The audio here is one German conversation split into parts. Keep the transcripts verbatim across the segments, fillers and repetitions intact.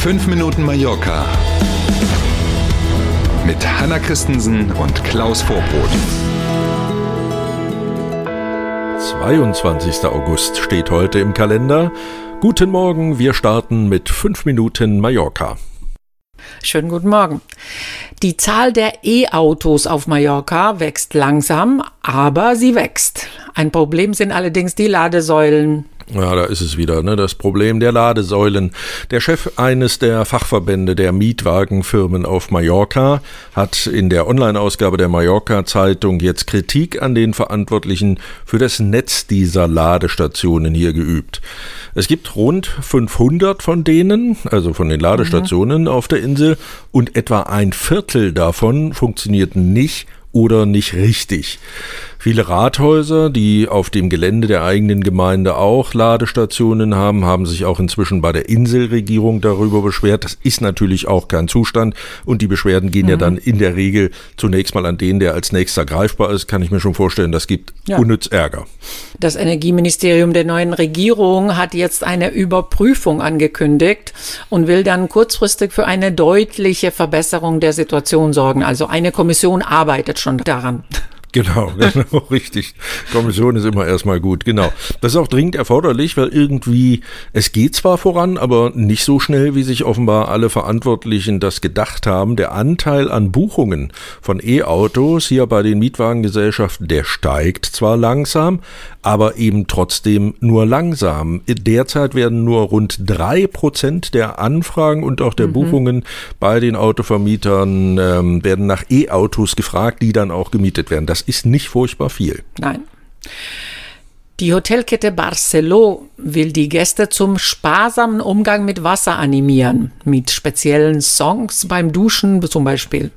fünf Minuten Mallorca mit Hanna Christensen und Klaus Vorbrot. zweiundzwanzigster August steht heute im Kalender. Guten Morgen, wir starten mit fünf Minuten Mallorca. Schönen guten Morgen. Die Zahl der E-Autos auf Mallorca wächst langsam, aber sie wächst. Ein Problem sind allerdings die Ladesäulen. Ja, da ist es wieder, ne? Das Problem der Ladesäulen. Der Chef eines der Fachverbände der Mietwagenfirmen auf Mallorca hat in der Online-Ausgabe der Mallorca-Zeitung jetzt Kritik an den Verantwortlichen für das Netz dieser Ladestationen hier geübt. Es gibt rund fünfhundert von denen, also von den Ladestationen mhm. auf der Insel, und etwa ein Viertel davon funktionierten nicht oder nicht richtig. Viele Rathäuser, die auf dem Gelände der eigenen Gemeinde auch Ladestationen haben, haben sich auch inzwischen bei der Inselregierung darüber beschwert. Das ist natürlich auch kein Zustand und die Beschwerden gehen mhm. ja dann in der Regel zunächst mal an den, der als nächster greifbar ist. Kann ich mir schon vorstellen, das gibt ja. unnütz Ärger. Das Energieministerium der neuen Regierung hat jetzt eine Überprüfung angekündigt und will dann kurzfristig für eine deutliche Verbesserung der Situation sorgen. Also eine Kommission arbeitet schon daran. Genau, genau, richtig. Kommission ist immer erstmal gut, genau. Das ist auch dringend erforderlich, weil irgendwie, es geht zwar voran, aber nicht so schnell, wie sich offenbar alle Verantwortlichen das gedacht haben. Der Anteil an Buchungen von E-Autos hier bei den Mietwagengesellschaften, der steigt zwar langsam, aber eben trotzdem nur langsam. Derzeit werden nur rund drei Prozent der Anfragen und auch der mhm. Buchungen bei den Autovermietern ähm, werden nach E-Autos gefragt, die dann auch gemietet werden. Das ist nicht furchtbar viel. Nein. Die Hotelkette Barceló will die Gäste zum sparsamen Umgang mit Wasser animieren, mit speziellen Songs beim Duschen zum Beispiel.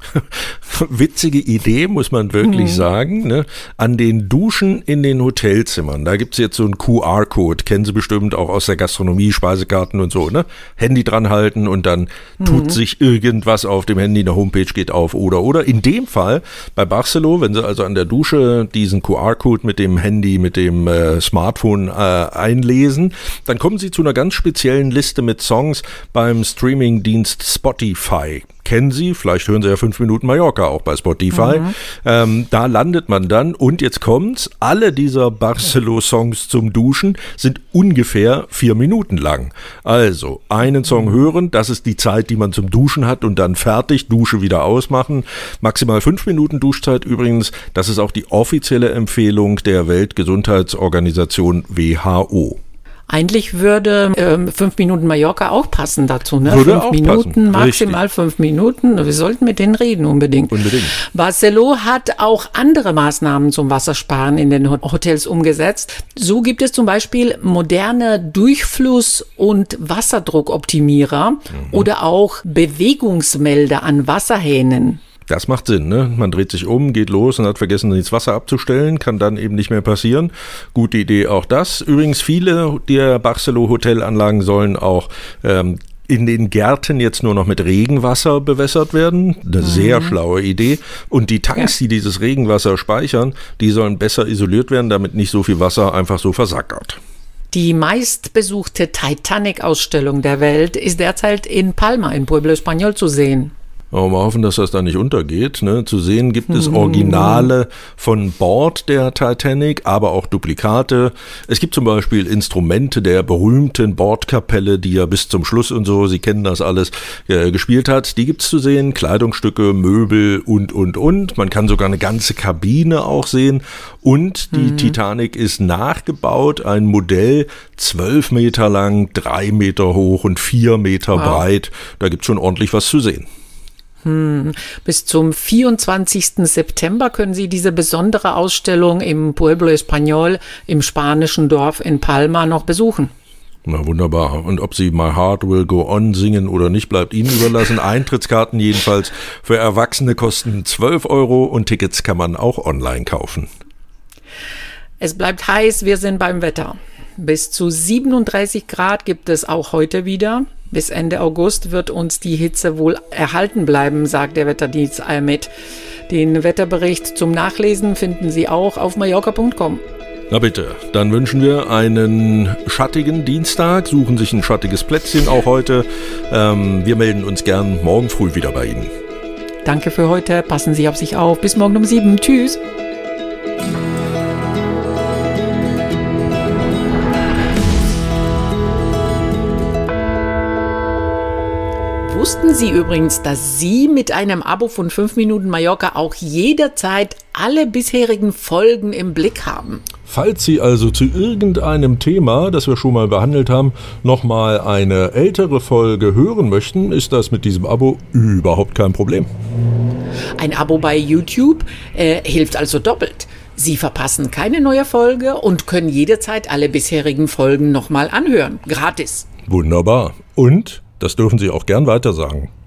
Witzige Idee, muss man wirklich mhm. sagen, ne? An den Duschen in den Hotelzimmern, da gibt's jetzt so einen Q R-Code, kennen Sie bestimmt auch aus der Gastronomie, Speisekarten und so, ne? Handy dran halten und dann mhm. tut sich irgendwas auf dem Handy, eine Homepage geht auf oder, oder. In dem Fall bei Barceló, wenn Sie also an der Dusche diesen Q R-Code mit dem Handy, mit dem äh, Smartphone äh, einlesen, dann kommen Sie zu einer ganz speziellen Liste mit Songs beim Streamingdienst Spotify. Kennen Sie, vielleicht hören Sie ja fünf Minuten Mallorca auch bei Spotify. Mhm. Ähm, da landet man dann und jetzt kommt's, alle dieser Barceló-Songs zum Duschen sind ungefähr vier Minuten lang. Also einen Song hören, das ist die Zeit, die man zum Duschen hat und dann fertig, Dusche wieder ausmachen. Maximal fünf Minuten Duschzeit übrigens, das ist auch die offizielle Empfehlung der Weltgesundheitsorganisation W H O. Eigentlich würde ähm, fünf Minuten Mallorca auch passen dazu, ne? Würde fünf auch Minuten, passen. maximal Richtig. fünf Minuten. Wir sollten mit denen reden unbedingt. Unbedingt. Barceló hat auch andere Maßnahmen zum Wassersparen in den Hotels umgesetzt. So gibt es zum Beispiel moderne Durchfluss- und Wasserdruckoptimierer mhm. oder auch Bewegungsmelder an Wasserhähnen. Das macht Sinn, ne? Man dreht sich um, geht los und hat vergessen, ins Wasser abzustellen, kann dann eben nicht mehr passieren. Gute Idee auch das. Übrigens, viele der Barceló-Hotelanlagen sollen auch ähm, in den Gärten jetzt nur noch mit Regenwasser bewässert werden. Eine mhm. sehr schlaue Idee. Und die Tanks, ja. die dieses Regenwasser speichern, die sollen besser isoliert werden, damit nicht so viel Wasser einfach so versackert. Die meistbesuchte Titanic-Ausstellung der Welt ist derzeit in Palma, in Pueblo Español zu sehen. Aber mal hoffen, dass das da nicht untergeht. Ne? Zu sehen gibt es Originale von Bord der Titanic, aber auch Duplikate. Es gibt zum Beispiel Instrumente der berühmten Bordkapelle, die ja bis zum Schluss und so, Sie kennen das alles, äh, gespielt hat. Die gibt's zu sehen, Kleidungsstücke, Möbel und, und, und. Man kann sogar eine ganze Kabine auch sehen. Und die mhm. Titanic ist nachgebaut, ein Modell, zwölf Meter lang, drei Meter hoch und vier Meter wow. breit. Da gibt's schon ordentlich was zu sehen. Hm. Bis zum vierundzwanzigsten September können Sie diese besondere Ausstellung im Pueblo Español, im spanischen Dorf in Palma, noch besuchen. Na wunderbar. Und ob Sie My Heart Will Go On singen oder nicht, bleibt Ihnen überlassen. Eintrittskarten jedenfalls für Erwachsene kosten zwölf Euro und Tickets kann man auch online kaufen. Es bleibt heiß, wir sind beim Wetter. Bis zu siebenunddreißig Grad gibt es auch heute wieder. Bis Ende August wird uns die Hitze wohl erhalten bleiben, sagt der Wetterdienst AEMET. Den Wetterbericht zum Nachlesen finden Sie auch auf mallorca punkt com. Na bitte, dann wünschen wir einen schattigen Dienstag, suchen sich ein schattiges Plätzchen auch heute. Ähm, wir melden uns gern morgen früh wieder bei Ihnen. Danke für heute, passen Sie auf sich auf. Bis morgen um sieben. Tschüss. Wussten Sie übrigens, dass Sie mit einem Abo von fünf Minuten Mallorca auch jederzeit alle bisherigen Folgen im Blick haben? Falls Sie also zu irgendeinem Thema, das wir schon mal behandelt haben, nochmal eine ältere Folge hören möchten, ist das mit diesem Abo überhaupt kein Problem. Ein Abo bei YouTube äh, hilft also doppelt. Sie verpassen keine neue Folge und können jederzeit alle bisherigen Folgen nochmal anhören. Gratis. Wunderbar. Und, das dürfen Sie auch gern weiter sagen,